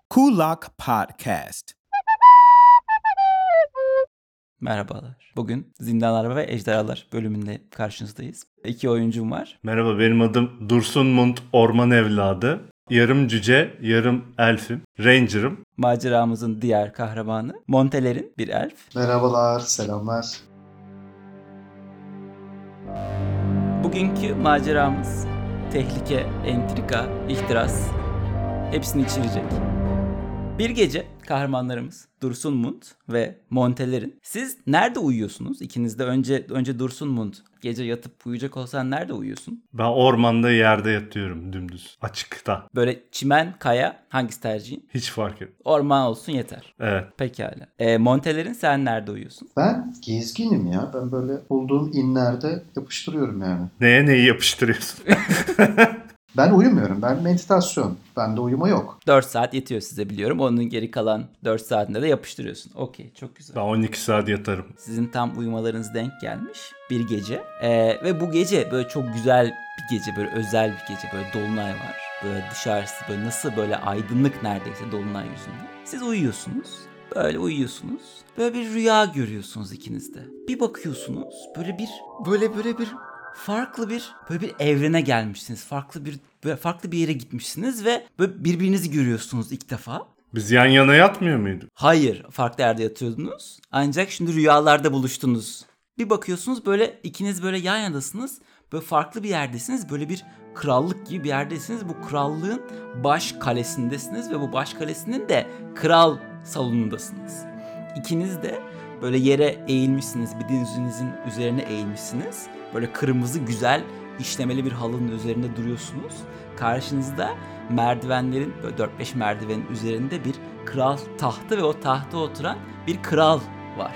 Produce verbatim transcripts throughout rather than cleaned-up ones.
Kulak Podcast. Merhabalar. Bugün Zindanlar ve Ejderhalar bölümünde karşınızdayız. İki oyuncum var. Merhaba, benim adım Dursun Munt Orman Evladı. Yarım cüce, yarım elfim. Ranger'ım. Maceramızın diğer kahramanı Monteler'in bir elf. Merhabalar, selamlar. Bugünkü maceramız tehlike, entrika, ihtiras hepsini içerecek. Bir gece kahramanlarımız Dursun Munt ve Monteler'in. Siz nerede uyuyorsunuz? İkiniz de önce önce Dursun Munt. Gece yatıp uyuyacak olsan nerede uyuyorsun? Ben ormanda yerde yatıyorum dümdüz. Açıkta. Böyle çimen, kaya, hangisi tercihin? Hiç fark et. Orman olsun yeter. Evet. Pekala. E, Monteler'in sen nerede uyuyorsun? Ben gezginim ya. Ben böyle bulduğum inlerde yapıştırıyorum yani. Neye neyi yapıştırıyorsun? Ben uyumuyorum. Ben meditasyon. Bende uyuma yok. dört saat yetiyor size biliyorum. Onun geri kalan dört saatinde de yapıştırıyorsun. Okey, çok güzel. Ben on iki saat yatarım. Sizin tam uyumalarınız denk gelmiş bir gece. Ee, ve bu gece böyle çok güzel bir gece, böyle özel bir gece. Böyle dolunay var. Böyle dışarısı böyle nasıl böyle aydınlık neredeyse dolunay yüzünden. Siz uyuyorsunuz. Böyle uyuyorsunuz. Böyle bir rüya görüyorsunuz ikiniz de. Bir bakıyorsunuz böyle bir böyle böyle bir farklı bir böyle bir evrene gelmişsiniz. Farklı bir böyle farklı bir yere gitmişsiniz ve böyle birbirinizi görüyorsunuz ilk defa. Biz yan yana yatmıyor muyduk? Hayır, farklı yerde yatıyordunuz. Ancak şimdi rüyalarda buluştunuz. Bir bakıyorsunuz böyle ikiniz böyle yan yanasınız. Böyle farklı bir yerdesiniz. Böyle bir krallık gibi bir yerdesiniz. Bu krallığın baş kalesindesiniz ve bu baş kalesinin de kral salonundasınız. İkiniz de böyle yere eğilmişsiniz. Bir dizinizin üzerine eğilmişsiniz. Böyle kırmızı güzel işlemeli bir halının üzerinde duruyorsunuz. Karşınızda merdivenlerin böyle dört beş merdivenin üzerinde bir kral tahtı ve o tahta oturan bir kral var.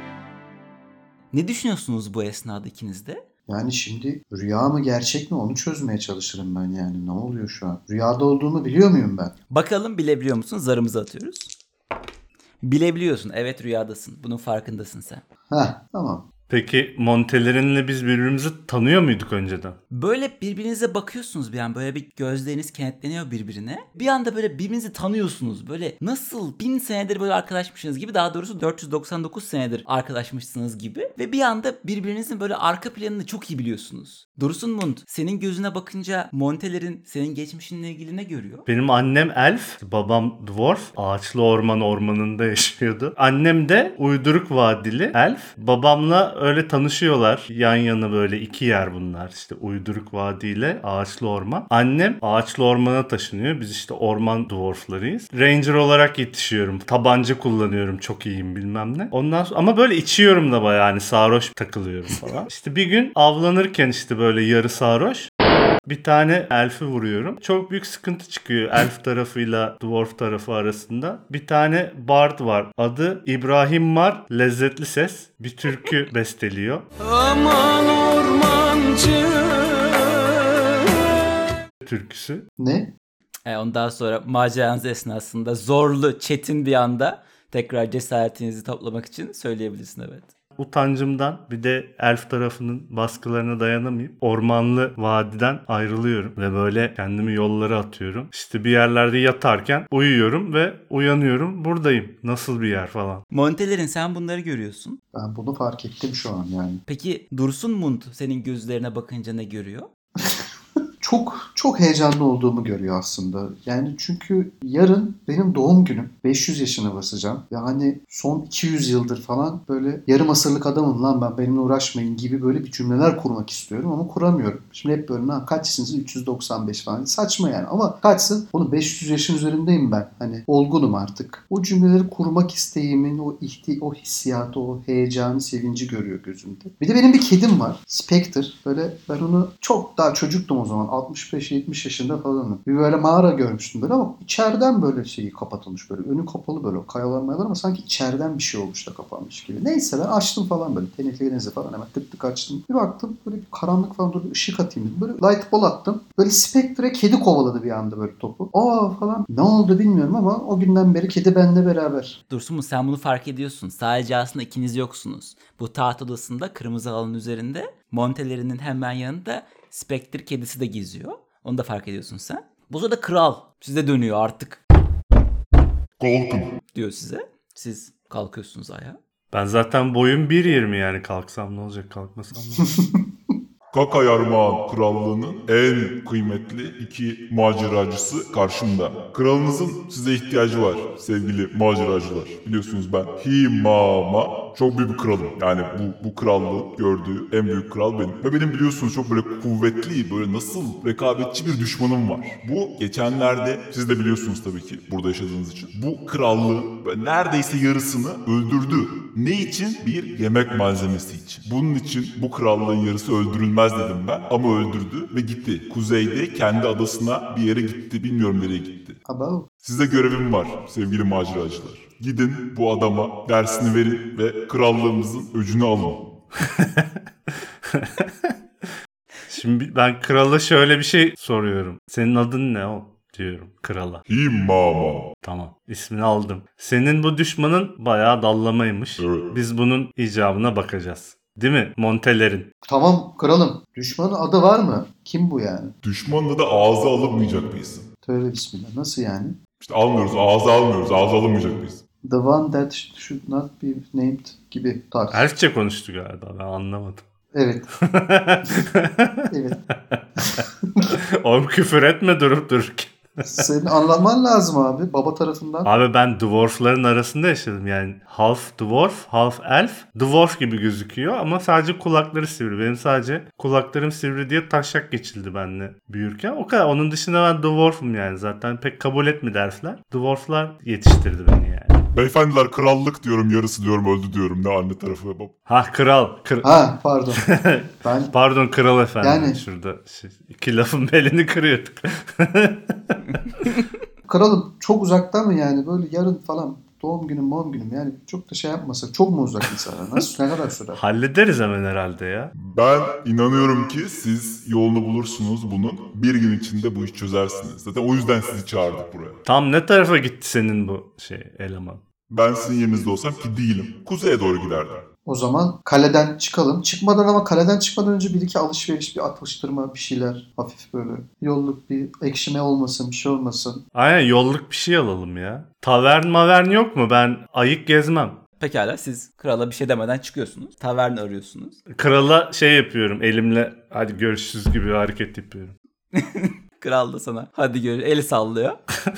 Ne düşünüyorsunuz bu esnada ikiniz de? Yani şimdi rüya mı gerçek mi onu çözmeye çalışırım ben yani. Ne oluyor şu an? Rüyada olduğumu biliyor muyum ben? Bakalım bilebiliyor musun? Zarımızı atıyoruz. Bilebiliyorsun. Evet, rüyadasın. Bunun farkındasın sen. Heh, tamam. Peki Montelerin'le biz birbirimizi tanıyor muyduk önceden? Böyle birbirinize bakıyorsunuz bir an. Böyle bir gözleriniz kenetleniyor birbirine. Bir anda böyle birbirinizi tanıyorsunuz. Böyle nasıl bin senedir böyle arkadaşmışsınız gibi. Daha doğrusu dört yüz doksan dokuz senedir arkadaşmışsınız gibi. Ve bir anda birbirinizin böyle arka planını çok iyi biliyorsunuz. Dursun Munt, senin gözüne bakınca Monteler'in senin geçmişinle ilgili ne görüyor? Benim annem elf, babam dwarf. Ağaçlı orman ormanında yaşıyordu. Annem de uyduruk vadili elf. Babamla öyle tanışıyorlar. Yan yana böyle iki yer bunlar. İşte uyduruk vadiyle ağaçlı orman. Annem ağaçlı ormana taşınıyor. Biz işte orman dwarflarıyız. Ranger olarak yetişiyorum. Tabanca kullanıyorum. Çok iyiyim bilmem ne. Ondan sonra ama böyle içiyorum da bayağı hani sarhoş takılıyorum falan. İşte bir gün avlanırken işte böyle yarı sarhoş bir tane elfi vuruyorum. Çok büyük sıkıntı çıkıyor elf tarafıyla dwarf tarafı arasında. Bir tane bard var. Adı İbrahim Var. Lezzetli Ses. Bir türkü besteliyor. Aman ormancı. Türküsü. Ne? E, ondan sonra maceranız esnasında zorlu, çetin bir anda tekrar cesaretinizi toplamak için söyleyebilirsin, evet. Utancımdan bir de elf tarafının baskılarına dayanamayıp ormanlı vadiden ayrılıyorum ve böyle kendimi yollara atıyorum. İşte bir yerlerde yatarken uyuyorum ve uyanıyorum, buradayım. Nasıl bir yer falan. Monteler'in sen bunları görüyorsun. Ben bunu fark ettim şu an yani. Peki Dursun Munt senin gözlerine bakınca ne görüyor? Çok çok heyecanlı olduğumu görüyor aslında. Yani çünkü yarın benim doğum günüm. beş yüz yaşına basacağım. Yani son iki yüz yıldır falan böyle yarım asırlık adamım lan ben benimle uğraşmayın gibi böyle bir cümleler kurmak istiyorum ama kuramıyorum. Şimdi hep böyle ha, kaç yaşınız? üç yüz doksan beş falan. Saçma yani ama kaçsın? Onu beş yüz yaşın üzerindeyim ben. Hani olgunum artık. O cümleleri kurmak isteğimin o ihti o hissiyatı, o heyecanı, sevinci görüyor gözümde. Bir de benim bir kedim var. Spectre. Böyle ben onu çok daha çocuktum o zaman. altmış beş yetmiş yaşında falanım. Bir böyle mağara görmüştüm böyle ama içeriden böyle şeyi kapatılmış böyle. Önü kapalı böyle kayalar mayalar ama sanki içeriden bir şey olmuş da kapanmış gibi. Neyse ben açtım falan böyle. Teneklerinizi falan hemen tık tık açtım. Bir baktım böyle bir karanlık falan dur bir ışık atayım dedim. Böyle light ball attım. Böyle Spectre'e kedi kovaladı bir anda böyle topu. Aa falan. Ne oldu bilmiyorum ama o günden beri kedi benimle beraber. Dursun mu sen bunu fark ediyorsun. Sadece aslında ikiniz yoksunuz. Bu taht odasında kırmızı halının üzerinde Monteler'in hemen yanında Spectre kedisi de geziyor. Onu da fark ediyorsun sen. Bu sırada kral size dönüyor artık. Kalkın. diyor size. Siz kalkıyorsunuz ayağa. Ben zaten boyum bir yirmi yani kalksam ne olacak kalkmasam ne olacak? Kaka Yarmağan Krallığı'nın en kıymetli iki maceracısı karşımda. Kralınızın size ihtiyacı var sevgili maceracılar. Biliyorsunuz ben Himama çok büyük bir kralım. Yani bu, bu krallığın gördüğü en büyük kral benim. Ve benim biliyorsunuz çok böyle kuvvetli, böyle nasıl rekabetçi bir düşmanım var. Bu geçenlerde siz de biliyorsunuz tabii ki burada yaşadığınız için. Bu krallığın böyle neredeyse yarısını öldürdü. Ne için? Bir yemek malzemesi için. Bunun için bu krallığın yarısı öldürülmez dedim ben. Ama öldürdü ve gitti. Kuzeyde kendi adasına bir yere gitti. Bilmiyorum nereye gitti. Abo. Size görevim var sevgili maceracılar. Gidin bu adama dersini verin ve krallığımızın öcünü alın. Şimdi ben krala şöyle bir şey soruyorum. Senin adın ne o? Diyorum krala. Himama. Tamam, ismini aldım. Senin bu düşmanın bayağı dallamaymış. Evet. Biz bunun icabına bakacağız. Değil mi? Montelerin. Tamam kralım. Düşmanın adı var mı? Kim bu yani? Düşmanla da ağza alınmayacak bir isim. Tövbe bismillah. Nasıl yani? İşte almıyoruz, ağza almıyoruz, ağza alınmayacak bir isim. The one that should not be named gibi tarz. Elfçe konuştu galiba, ben anlamadım. Evet. Evet. Oğlum küfür etme durup dururken. Senin anlaman lazım abi baba tarafından. Abi ben dwarfların arasında yaşadım yani. Half dwarf, half elf. Dwarf gibi gözüküyor ama sadece kulakları sivri. Benim sadece kulaklarım sivri diye taşak geçildi benimle büyürken. O kadar. Onun dışında ben dwarf'um yani. Zaten pek kabul etmedi elfler. Dwarflar yetiştirdi beni yani. Beyefendiler krallık diyorum, yarısı diyorum, öldü diyorum. Ne anne tarafı baba. Ha kral. Kır- Ha pardon. Ben Pardon kral efendim. Yani- Şurada şey, iki lafın belini kırıyorduk. kralım çok uzakta mı yani böyle yarın falan doğum günüm doğum günüm yani çok da şey yapmasak çok mu uzak mesela nasıl ne kadar sürer? Hallederiz hemen herhalde ya. Ben inanıyorum ki siz yolunu bulursunuz bunun. Bir gün içinde bu işi çözersiniz. Zaten o yüzden sizi çağırdık buraya. Tam ne tarafa gitti senin bu şey eleman? Ben sizin yerinizde olsam ki değilim. Kuzeye doğru giderdim. O zaman kaleden çıkalım. Çıkmadan ama kaleden çıkmadan önce bir iki alışveriş, bir atıştırma, bir şeyler hafif böyle. Yolluk bir ekşime olmasın, bir şey olmasın. Aynen yolluk bir şey alalım ya. Tavern mavern yok mu? Ben ayık gezmem. Pekala siz krala bir şey demeden çıkıyorsunuz. Tavern arıyorsunuz. Krala şey yapıyorum elimle hadi görüşürüz gibi bir hareket yapıyorum. Kral da sana hadi gör eli sallıyor.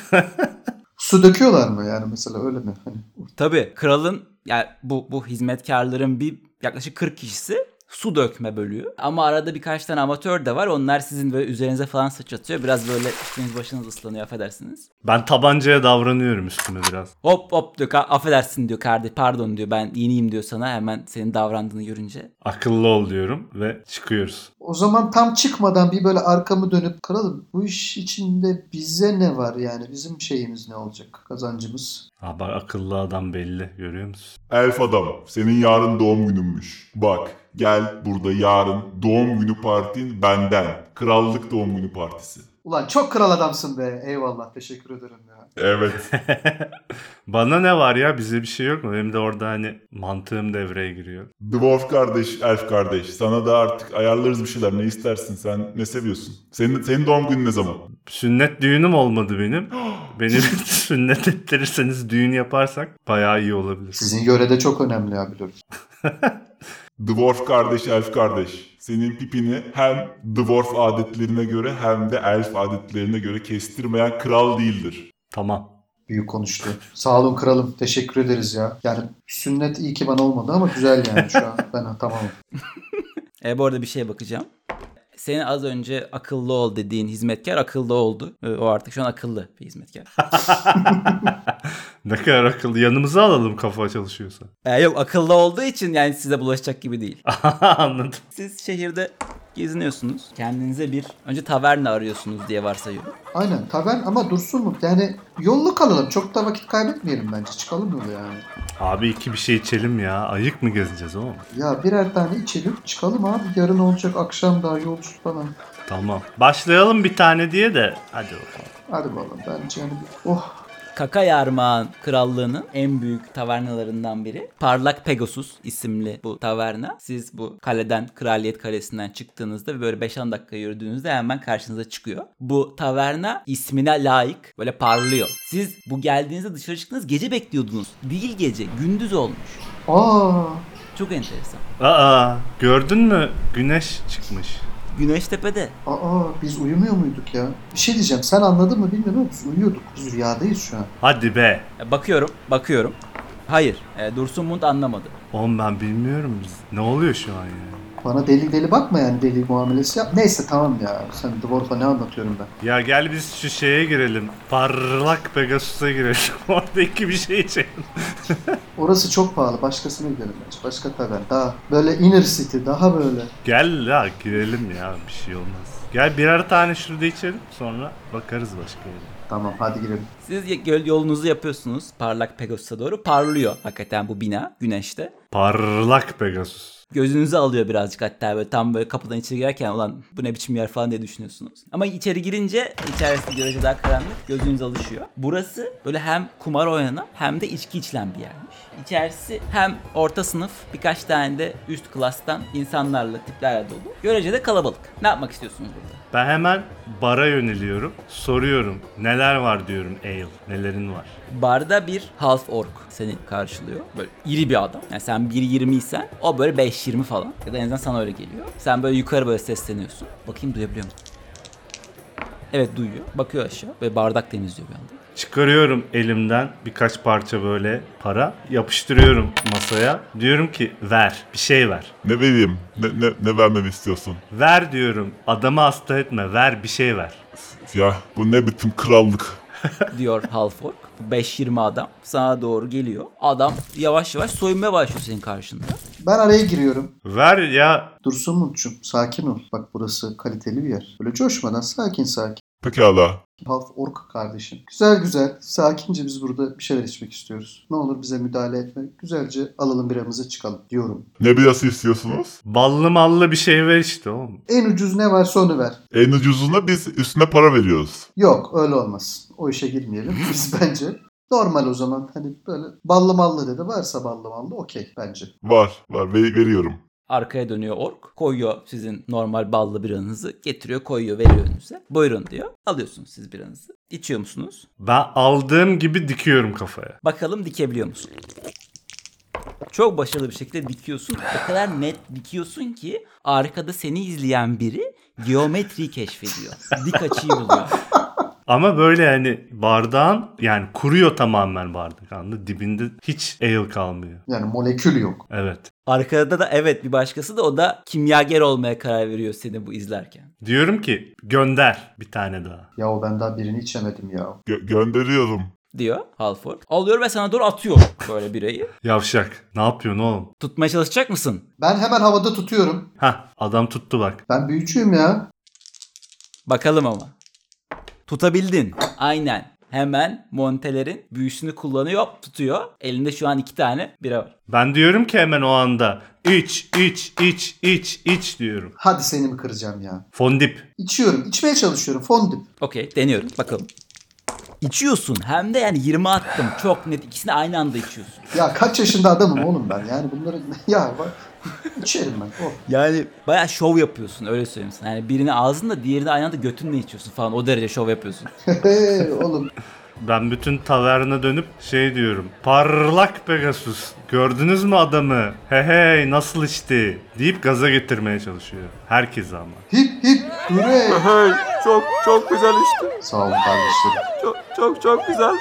Su döküyorlar mı yani mesela öyle mi? Hani Tabii kralın yani bu bu hizmetkarların bir yaklaşık kırk kişisi su dökme bölüyor. Ama arada birkaç tane amatör de var. Onlar sizin böyle üzerinize falan sıçratıyor. Biraz böyle üstünüz başınız ıslanıyor affedersiniz. Ben tabancaya davranıyorum üstüme biraz. Hop hop diyor ka- affedersin diyor kardeş pardon diyor ben yeniyim diyor sana hemen senin davrandığını görünce. Akıllı ol diyorum ve çıkıyoruz. o zaman tam çıkmadan bir böyle arkamı dönüp kralım bu iş içinde bize ne var yani bizim şeyimiz ne olacak kazancımız? Ha bak akıllı adam belli görüyor musun? Elf adam, senin yarın doğum gününmüş. Bak, gel burada yarın doğum günü partin benden. Krallık doğum günü partisi. Ulan çok kral adamsın be eyvallah teşekkür ederim ya. Evet. Bana ne var ya bize bir şey yok mu? Benim de orada hani mantığım devreye giriyor. Dwarf kardeş, elf kardeş. Sana da artık ayarlarız bir şeyler. Ne istersin sen? Ne seviyorsun? Senin, senin doğum günün ne zaman? Sünnet düğünüm olmadı benim. Beni sünnet ettirirseniz düğün yaparsak bayağı iyi olabilir. Sizin yörede çok önemli ya biliyorum. Dwarf kardeş, elf kardeş. Senin pipini hem dwarf adetlerine göre hem de elf adetlerine göre kestirmeyen kral değildir. Tamam. Büyük konuştu. Sağ olun kralım. Teşekkür ederiz ya. Yani sünnet iyi ki bana olmadı ama güzel yani şu an. Ben tamamım. E bu arada bir şeye bakacağım. Senin az önce akıllı ol dediğin hizmetkar akıllı oldu. E, O artık şu an akıllı bir hizmetkar. Ne kadar akıllı. Yanımıza alalım kafa çalışıyorsa. E, yok akıllı olduğu için yani size bulaşacak gibi değil. Anladım. Siz şehirde geziniyorsunuz. Kendinize bir önce taverna arıyorsunuz diye varsayıyorum. Aynen tavern ama dursun mu? Yani yollu kalalım. Çok da vakit kaybetmeyelim bence. Çıkalım yola yani. Abi iki bir şey içelim ya. Ayık mı gezeceğiz oğlum? Ya birer tane içelim. Çıkalım abi. Yarın olacak akşam daha yolculuk falan. Tamam. Başlayalım bir tane diye de. Hadi bakalım. Hadi bakalım. Bence yani bir... Oh. Kaka Yarmağan Krallığı'nın en büyük tavernalarından biri. Parlak Pegasus isimli bu taverna. Siz bu kaleden, Kraliyet Kalesi'nden çıktığınızda ve böyle beş on dakika yürüdüğünüzde hemen karşınıza çıkıyor. Bu taverna ismine layık böyle parlıyor. Siz bu geldiğinizde dışarı çıktınız, gece bekliyordunuz. Değil gece, gündüz olmuş. Aa, Çok enteresan. Aa, gördün mü? Güneş çıkmış. Güneş tepede. aa biz uyumuyor muyduk ya? Bir şey diyeceğim. Sen anladın mı bilmiyorum ama biz uyuyorduk. Biz rüyadayız şu an. Hadi be. E, Bakıyorum, bakıyorum. Hayır, e, Dursun Mund anlamadı. Oğlum ben bilmiyorum. Ne oluyor şu an ya? Bana deli deli bakma yani, deli muamelesi yap. Neyse tamam ya. Sen Dwarf'a ne anlatıyorum ben? Ya gel biz şu şeye girelim. Parlak Pegasus'a girelim. Oradaki bir şey içelim. Orası çok pahalı. Başkasına gidelim bence. Başka tavern. Daha böyle inner city. Daha böyle. Gel la girelim ya, bir şey olmaz. Gel birer tane şurada içelim, sonra bakarız başka yere. Tamam hadi girelim. Siz y- yolunuzu yapıyorsunuz Parlak Pegasus'a doğru. Parlıyor hakikaten bu bina güneşte. Parlak Pegasus. Gözünüzü alıyor birazcık, hatta böyle tam böyle kapıdan içeri girerken ulan bu ne biçim yer falan diye düşünüyorsunuz. Ama içeri girince içerisi görece daha karanlık, gözünüz alışıyor. Burası böyle hem kumar oynanan hem de içki içilen bir yermiş. İçerisi hem orta sınıf, birkaç tane de üst klastan insanlarla, tiplerle dolu. Görece de kalabalık. Ne yapmak istiyorsunuz burada? Ben hemen bara yöneliyorum. Soruyorum. Neler var diyorum ale. Nelerin var? Barda bir half orc seni karşılıyor. Böyle iri bir adam. Yani sen bir yirmi isen o böyle beş yirmi falan. Ya da en azından sana öyle geliyor. Sen böyle yukarı böyle sesleniyorsun. Bakayım duyabiliyor musun? Evet duyuyor. Bakıyor aşağı ve bardak temizliyor bir anda. Çıkarıyorum elimden birkaç parça böyle para. Yapıştırıyorum masaya. Diyorum ki ver. Bir şey ver. Ne vereyim? Ne, ne, ne vermemi istiyorsun? Ver diyorum. Adamı hasta etme. Ver bir şey ver. Ya bu ne biçim krallık? Diyor half orc. beş yirmi adam sana doğru geliyor. Adam yavaş yavaş soyunmaya başlıyor senin karşında. Ben araya giriyorum. Ver ya. Dursun Mutçum sakin ol. Bak burası kaliteli bir yer. Böyle coşmadan sakin sakin. Pekala. Half ork kardeşim. Güzel güzel. Sakince biz burada bir şeyler içmek istiyoruz. Ne olur bize müdahale etme. Güzelce alalım biramızı çıkalım diyorum. Ne birası istiyorsunuz? Ballı mallı bir şey ver işte oğlum. En ucuz ne varsa onu ver. En ucuzuna biz üstüne para veriyoruz. Yok öyle olmaz. O işe girmeyelim biz bence. Normal o zaman. Hani böyle ballı mallı dedi. Varsa ballı mallı okey bence. Var, var. Ver, veriyorum. Arkaya dönüyor ork. Koyuyor sizin normal ballı biranızı. Getiriyor koyuyor veriyor önünüze. Buyurun diyor. Alıyorsunuz siz biranızı. İçiyor musunuz? Ben aldığım gibi dikiyorum kafaya. Bakalım dikebiliyor musun? Çok başarılı bir şekilde dikiyorsun. O kadar net dikiyorsun ki arkada seni izleyen biri geometriyi keşfediyor. Dik açıyı buluyor. Ama böyle hani bardağın yani kuruyor tamamen bardak, anladın? Dibinde hiç ale kalmıyor. Yani molekül yok. Evet. Arkada da evet bir başkası da o da kimyager olmaya karar veriyor seni bu izlerken. Diyorum ki gönder bir tane daha. Ya o ben daha birini içemedim ya. Gö- gönderiyorum. Diyor Halford. Alıyor ve sana doğru atıyor böyle birayı. Yavşak. Ne yapıyorsun oğlum? Tutmaya çalışacak mısın? Ben hemen havada tutuyorum. Hah, adam tuttu bak. Ben büyücüyüm ya. Bakalım ama. Tutabildin. Aynen. Hemen Montelerin büyüsünü kullanıyor, tutuyor. Elinde şu an iki tane bira var. Ben diyorum ki hemen o anda iç iç iç iç iç diyorum. Hadi seni mi kıracağım ya? Fondip. İçiyorum. İçmeye çalışıyorum. Fondip. Okey, deniyorum. Bakalım. İçiyorsun. Hem de yani yirmi attım. Çok net. İkisini aynı anda içiyorsun. Ya kaç yaşında adamım oğlum ben. Yani bunları ya bak içerim ben. Oh. Yani bayağı şov yapıyorsun. Öyle söyleyeyim sana. Yani birini ağzında, diğerini aynı anda götünle içiyorsun falan. O derece şov yapıyorsun. Hey, oğlum. Ben bütün taverna dönüp şey diyorum. Parlak Pegasus. Gördünüz mü adamı? He hey nasıl içti? Deyip gaza getirmeye çalışıyor. Herkes ama. Hip hip hürey. Hey, çok çok güzel işte. Sağ olun kardeşlerim. Çok çok çok güzeldi.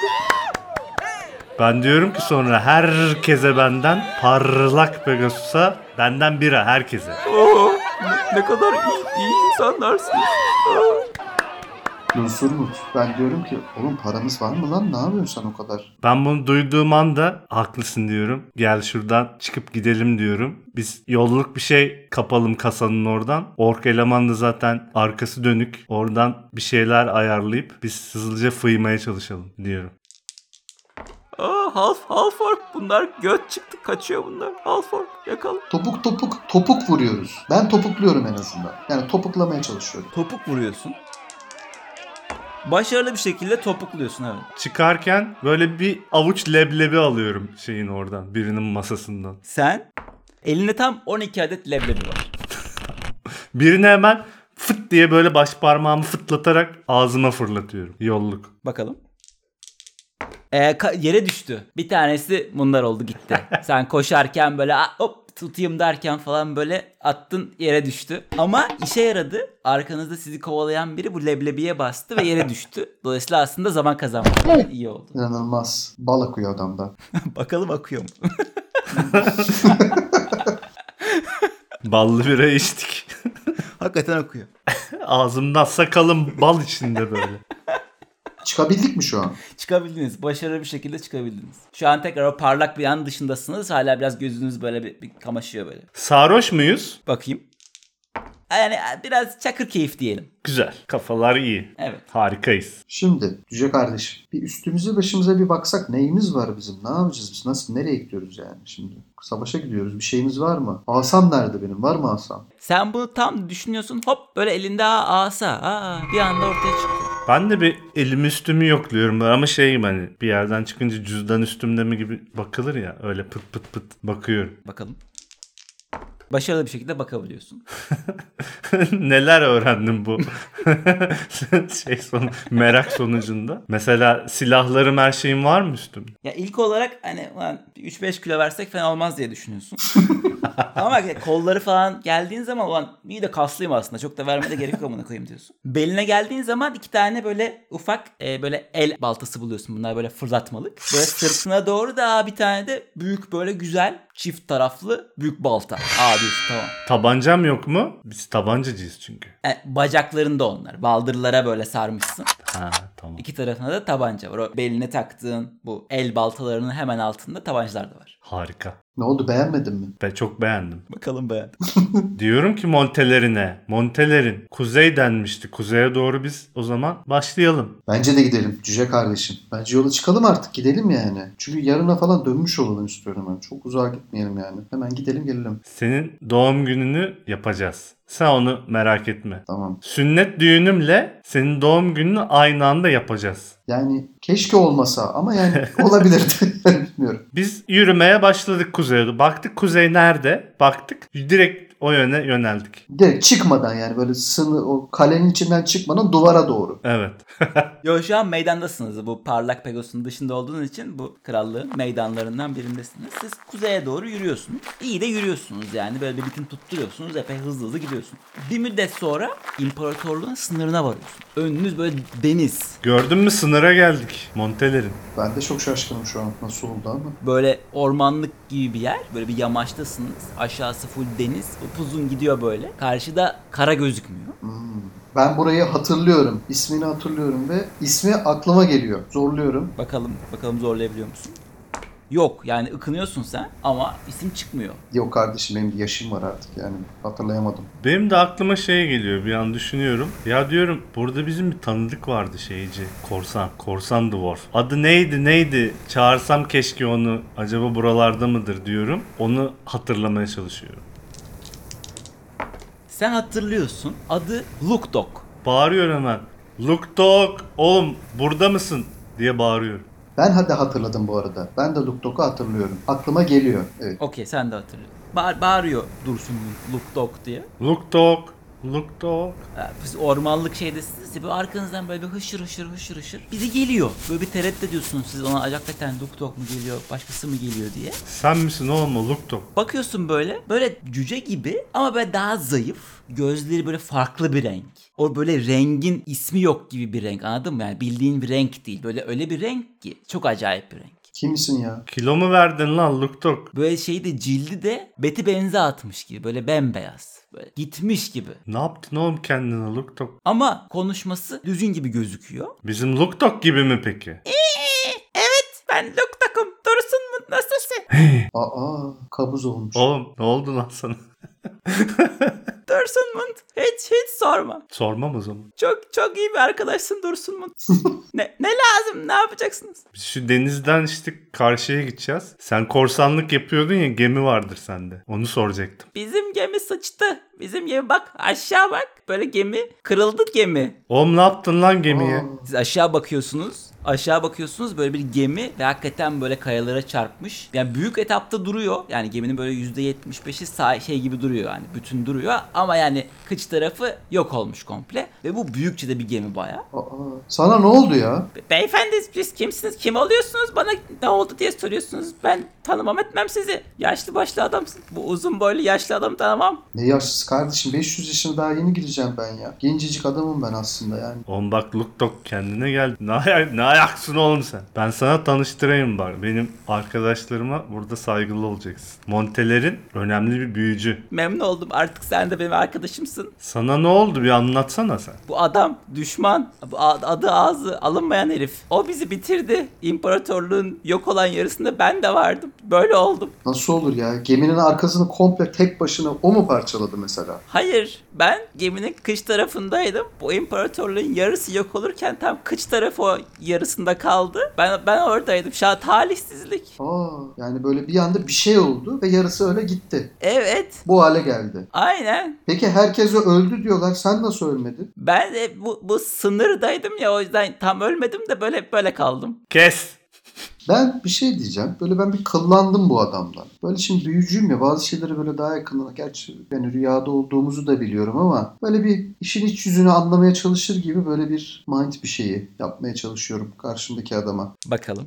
Ben diyorum ki sonra herkese benden, Parlak Pegasus'a benden bira herkese. Oo, ne, ne kadar iyi, iyi insanlarsınız. Dursun Mut. Ben diyorum ki oğlum paramız var mı lan? Ne yapıyorsun sen o kadar? Ben bunu duyduğum anda haklısın diyorum. Gel şuradan çıkıp gidelim diyorum. Biz yolluk bir şey kapalım kasanın oradan. Ork eleman da zaten arkası dönük. Oradan bir şeyler ayarlayıp biz hızlıca fıymaya çalışalım diyorum. Aa, half half orc bunlar, göt çıktı kaçıyor bunlar. Half orc yakala. Topuk topuk topuk vuruyoruz. Ben topukluyorum en azından. Yani topuklamaya çalışıyorum. Topuk vuruyorsun. Başarılı bir şekilde topukluyorsun evet. Çıkarken böyle bir avuç leblebi alıyorum şeyin oradan. Birinin masasından. Sen elinde tam on iki adet leblebi var. Birini hemen fıt diye böyle baş parmağımı fıtlatarak ağzıma fırlatıyorum. Yolluk. Bakalım. Ee, ka- yere düştü. Bir tanesi mundar oldu gitti. Sen koşarken böyle "Aa, hop tutayım" derken falan böyle attın, yere düştü. Ama işe yaradı. Arkanızda sizi kovalayan biri bu leblebiye bastı ve yere düştü. Dolayısıyla aslında zaman kazanmak iyi oldu. İnanılmaz. Bal akıyor adamdan. Bakalım akıyor mu? Ballı bira içtik. Hakikaten akıyor. Ağzımdan sakalım bal içinde böyle. Çıkabildik mi şu an? Çıkabildiniz. Başarılı bir şekilde çıkabildiniz. Şu an tekrar o parlak bir yan dışındasınız. Hala biraz gözünüz böyle bir, bir kamaşıyor böyle. Sarhoş muyuz? Bakayım. Yani biraz çakır keyif diyelim. Güzel. Kafalar iyi. Evet. Harikayız. Şimdi Cüce kardeşim bir üstümüze başımıza bir baksak neyimiz var bizim? Ne yapacağız biz? Nasıl, nereye gidiyoruz yani şimdi? Savaşa gidiyoruz. Bir şeyimiz var mı? Asam nerede benim? Var mı asam? Sen bunu tam düşünüyorsun. Hop böyle elinde asa. Aa, bir anda ortaya çıktı. Ben de bir elimi üstümü yokluyorum ama şeyim hani bir yerden çıkınca cüzdan üstümde mi gibi bakılır ya, öyle pıt pıt pıt bakıyorum. Bakalım. Başarılı bir şekilde bakabiliyorsun. Neler öğrendim bu şey son merak sonucunda. Mesela silahlarım, her şeyim var mı üstümde? Ya ilk olarak hani ulan üç beş kilo versek fena olmaz diye düşünüyorsun. Ama kolları falan geldiğin zaman ulan iyi de kaslıyım aslında, çok da vermeye de gerek yok amına koyayım diyorsun. Beline geldiğin zaman iki tane böyle ufak e, böyle el baltası buluyorsun. Bunlar böyle fırlatmalık. Böyle sırtına doğru da bir tane de büyük böyle güzel çift taraflı büyük balta. Aa diyorsun, tamam. Tabancam yok mu? Biz tabancacıyız çünkü. Yani bacaklarında onlar. Baldırlara böyle sarmışsın. Ha tamam. İki tarafına da tabanca var. O beline taktığın bu el baltalarının hemen altında tabancalar da var. Harika. Ne oldu, beğenmedin mi? Ben çok beğendim. Bakalım beğendim. Diyorum ki montelerine. Montelerin. Kuzey denmişti. Kuzeye doğru biz o zaman başlayalım. Bence de gidelim Cüce kardeşim. Bence yola çıkalım artık, gidelim yani. Çünkü yarına falan dönmüş olalım istiyorum ben. Çok uzağa gitmeyelim yani. Hemen gidelim gelelim. Senin doğum gününü yapacağız. Sen onu merak etme. Tamam. Sünnet düğünümle senin doğum gününü aynı anda yapacağız. Yani keşke olmasa ama yani olabilirdi. Bilmiyorum. Biz yürümeye başladık kuzeye doğru. Baktık kuzey nerede? Baktık direkt o yöne yöneldik. Direkt çıkmadan yani böyle sını o kalenin içinden çıkmadan duvara doğru. Evet. Yo, şu an meydandasınız. Bu parlak Pegasus'un dışında olduğunuz için bu krallığın meydanlarından birindesiniz. Siz kuzeye doğru yürüyorsunuz. İyi de yürüyorsunuz yani. Böyle bir ritim tutturuyorsunuz. Epey hızlı hızlı gidiyorsunuz. Bir müddet sonra imparatorluğun sınırına varıyorsun. Önünüz böyle deniz. Gördün mü, sınıra geldik. Montelerin. Ben de çok şaşkınım şu an nasıl oldu ama. Böyle ormanlık gibi bir yer. Böyle bir yamaçtasınız. Aşağısı full deniz. Upuzun gidiyor böyle. Karşıda kara gözükmüyor. Hmm. Ben burayı hatırlıyorum. İsmini hatırlıyorum ve ismi aklıma geliyor. Zorluyorum. Bakalım bakalım zorlayabiliyor musun? Yok yani ıkınıyorsun sen ama isim çıkmıyor. Yok kardeşim, benim bir yaşım var artık yani hatırlayamadım. Benim de aklıma şey geliyor, bir an düşünüyorum. Ya diyorum, burada bizim bir tanıdık vardı şeyci. Korsan. Korsan Dwarf. Adı neydi neydi? Çağırsam keşke onu. Acaba buralarda mıdır diyorum. Onu hatırlamaya çalışıyorum. Sen hatırlıyorsun. Adı Lukdok. Bağırıyor hemen. Look Dog, oğlum burada mısın diye bağırıyor. Ben hadi hatırladım bu arada. Ben de Lukdok'u hatırlıyorum. Aklıma geliyor. Evet. Okey, sen de hatırlıyorsun. Ba- bağırıyor Dursun Lukdok diye. Look Dog, Look Dog. Ya biz ormanlık şeydesiniz ya, böyle arkanızdan böyle bir hışır hışır hışır hışır biri geliyor. Böyle bir tereddüt ediyorsunuz siz ona, hakikaten Lukdok mu geliyor, başkası mı geliyor diye. Sen misin oğlum o Look Dog? Bakıyorsun böyle, böyle cüce gibi ama böyle daha zayıf. Gözleri böyle farklı bir renk. O böyle rengin ismi yok gibi bir renk, anladın mı? Yani bildiğin bir renk değil. Böyle öyle bir renk ki çok acayip bir renk. Kimsin ya? Kilo mu verdin lan Look Dog? Böyle şeyi de cildi de beti benze atmış gibi, böyle bembeyaz. Böyle gitmiş gibi. Ne yaptın oğlum kendine Look Dog? Ama konuşması düzgün gibi gözüküyor. Bizim Look Dog gibi mi peki? Evet, ben Lukdok'um. Dursun mu? Nasılsın? Aa, kabuz olmuş. Oğlum ne oldu lan sana? Dursunmund. Hiç hiç sorma. Sormam o zaman. Çok çok iyi bir arkadaşsın Dursunmund. ne, ne lazım? Ne yapacaksınız? Biz şu denizden işte karşıya gideceğiz. Sen korsanlık yapıyordun ya, gemi vardır sende. Onu soracaktım. Bizim gemi sıçtı. Bizim gemi bak aşağı bak. Böyle gemi kırıldı gemi. Oğlum ne yaptın lan gemiye? Aa. Siz aşağı bakıyorsunuz. Aşağı bakıyorsunuz böyle bir gemi ve hakikaten böyle kayalara çarpmış. Yani büyük etapta duruyor. Yani geminin böyle yüzde yetmiş beşi sağ şey gibi duruyor yani. Bütün duruyor ama yani kıç tarafı yok olmuş komple. Ve bu büyükçe de bir gemi bayağı. Aa, sana ne oldu ya? Be- Beyefendi siz kimsiniz? Kim oluyorsunuz? Bana ne oldu diye soruyorsunuz. Ben tanımam etmem sizi. Yaşlı başlı adamsın. Bu uzun boylu yaşlı adamı tanımam. Ne yaşlısı kardeşim? beş yüz yaşına daha yeni gireceğim ben ya. Gencecik adamım ben aslında yani. Oğlum bak look dog kendine gel. Ne, ayak, ne ayaksın oğlum sen? Ben sana tanıştırayım bak. Benim arkadaşlarıma burada saygılı olacaksın. Montelerin önemli bir büyücü. Memnun oldum. Artık sen de benim arkadaşımsın. Sana ne oldu bir anlatsana sen. Bu adam düşman. Bu a- adı ağzı alınmayan herif. O bizi bitirdi. İmparatorluğun yok olan yarısında ben de vardım. Böyle oldum. Nasıl olur ya? Geminin arkasını komple tek başına o mu parçaladı mesela? Hayır, ben geminin kıç tarafındaydım. Bu imparatorluğun yarısı yok olurken tam kıç tarafı o yarısında kaldı. Ben ben oradaydım. Şu an talihsizlik. Aa, yani böyle bir anda bir şey oldu ve yarısı öyle gitti. Evet, Bu hale geldi. aynen. Peki herkese öldü diyorlar. Sen nasıl ölmedin? Ben de bu, bu sınırdaydım ya, o yüzden tam ölmedim de böyle böyle kaldım. Kes. Ben bir şey diyeceğim. Böyle ben bir kıllandım bu adamdan. Böyle şimdi büyücüyüm ya, bazı şeyleri böyle daha yakından. Gerçi yani rüyada olduğumuzu da biliyorum ama böyle bir işin iç yüzünü anlamaya çalışır gibi böyle bir mind bir şeyi yapmaya çalışıyorum karşımdaki adama. Bakalım.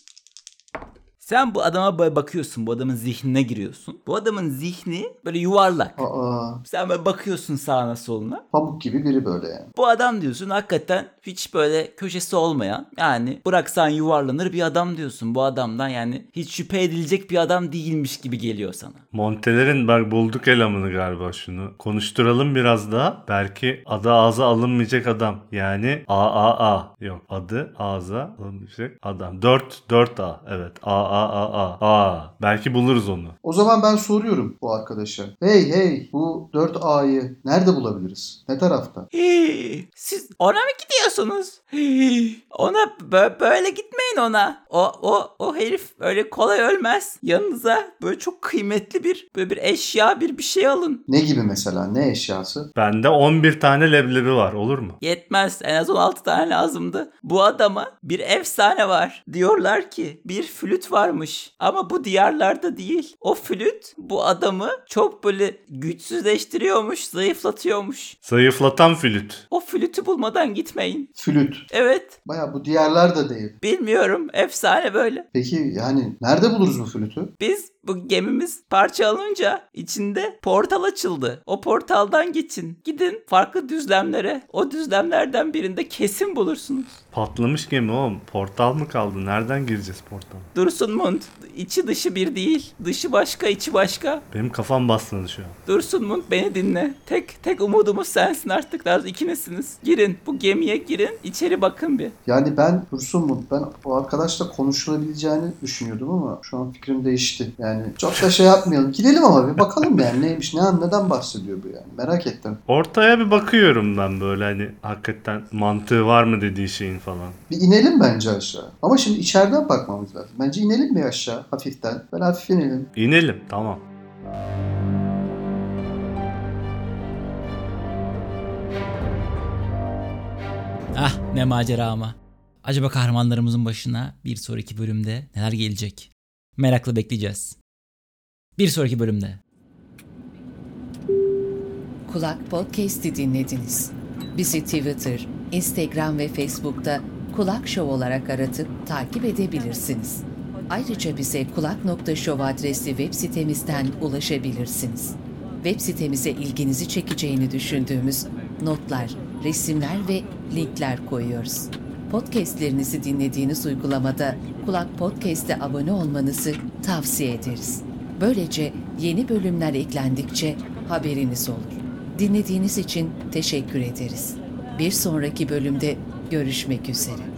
Sen bu adama böyle bakıyorsun, bu adamın zihnine giriyorsun. Bu adamın zihni böyle yuvarlak. Aa, Sen böyle bakıyorsun sağına soluna. pamuk gibi biri böyle yani. Bu adam diyorsun hakikaten hiç böyle köşesi olmayan, yani bıraksan yuvarlanır bir adam diyorsun. Bu adamdan yani hiç şüphe edilecek bir adam değilmiş gibi geliyor sana. Montelerin bak bulduk elemanı galiba şunu. Konuşturalım biraz daha. Belki adı ağza alınmayacak adam. Yani A A A. Yok adı ağza alınmayacak adam. dört dört A. Evet. A A A A. A. Belki buluruz onu. O zaman ben soruyorum bu arkadaşa. Hey hey, bu dört A'yı nerede bulabiliriz? Ne tarafta? Hii, siz ona mı gidiyorsunuz? Hii, ona bö- böyle gitmeyin ona. O o o herif öyle kolay ölmez. Yanınıza böyle çok kıymetli bir böyle bir eşya, bir bir şey alın. Ne gibi mesela? Ne eşyası? Bende on bir tane leblebi var. Olur mu? Yetmez. En az on altı tane lazımdı. Bu adama bir efsane var. Diyorlar ki bir flüt varmış. Ama bu diyarlarda değil. O flüt bu adamı çok böyle güçsüzleştiriyormuş, zayıflatıyormuş. Zayıflatan flüt. O flütü bulmadan gitmeyin. Flüt. Evet. Baya bu diğerler de değil. Bilmiyorum. Efsane böyle. Peki yani nerede buluruz bu flütü? Biz bu gemimiz parçalanınca içinde portal açıldı. O portaldan geçin. Gidin farklı düzlemlere. O düzlemlerden birinde kesin bulursunuz. Patlamış gemi oğlum. Portal mı kaldı? Nereden gireceğiz portala? Dursunmund. İçi dışı bir değil. Dışı başka, içi başka. Benim kafam bastırdı şu an. Dursunmund, beni dinle. Tek tek umudumuz sensin artık. Daha ikinizsiniz. Girin. Bu gemiye girin. İçeri bakın bir. Yani ben Dursun mu? Ben o arkadaşla konuşulabileceğini düşünüyordum ama şu an fikrim değişti. Yani çok da şey yapmayalım. Gidelim ama bir bakalım yani neymiş, ne neden bahsediyor bu yani. Merak ettim. Ortaya bir bakıyorum ben böyle hani hakikaten mantığı var mı dediği şeyin falan. Bir inelim bence aşağı. Ama şimdi içeriden bakmamız lazım. Bence inelim bir aşağı hafiften. Ben hafif inelim. İnelim tamam. Ah ne macera ama. Acaba kahramanlarımızın başına bir sonraki bölümde neler gelecek? Merakla bekleyeceğiz. Bir sonraki bölümde. Kulak Podcast'i dinlediniz. Bizi Twitter, Instagram ve Facebook'ta Kulak Show olarak aratıp takip edebilirsiniz. Ayrıca bize kulak nokta show adresli web sitemizden ulaşabilirsiniz. Web sitemize ilginizi çekeceğini düşündüğümüz notlar, resimler ve linkler koyuyoruz. Podcastlerinizi dinlediğiniz uygulamada Kulak Podcast'e abone olmanızı tavsiye ederiz. Böylece yeni bölümler eklendikçe haberiniz olur. Dinlediğiniz için teşekkür ederiz. Bir sonraki bölümde görüşmek üzere.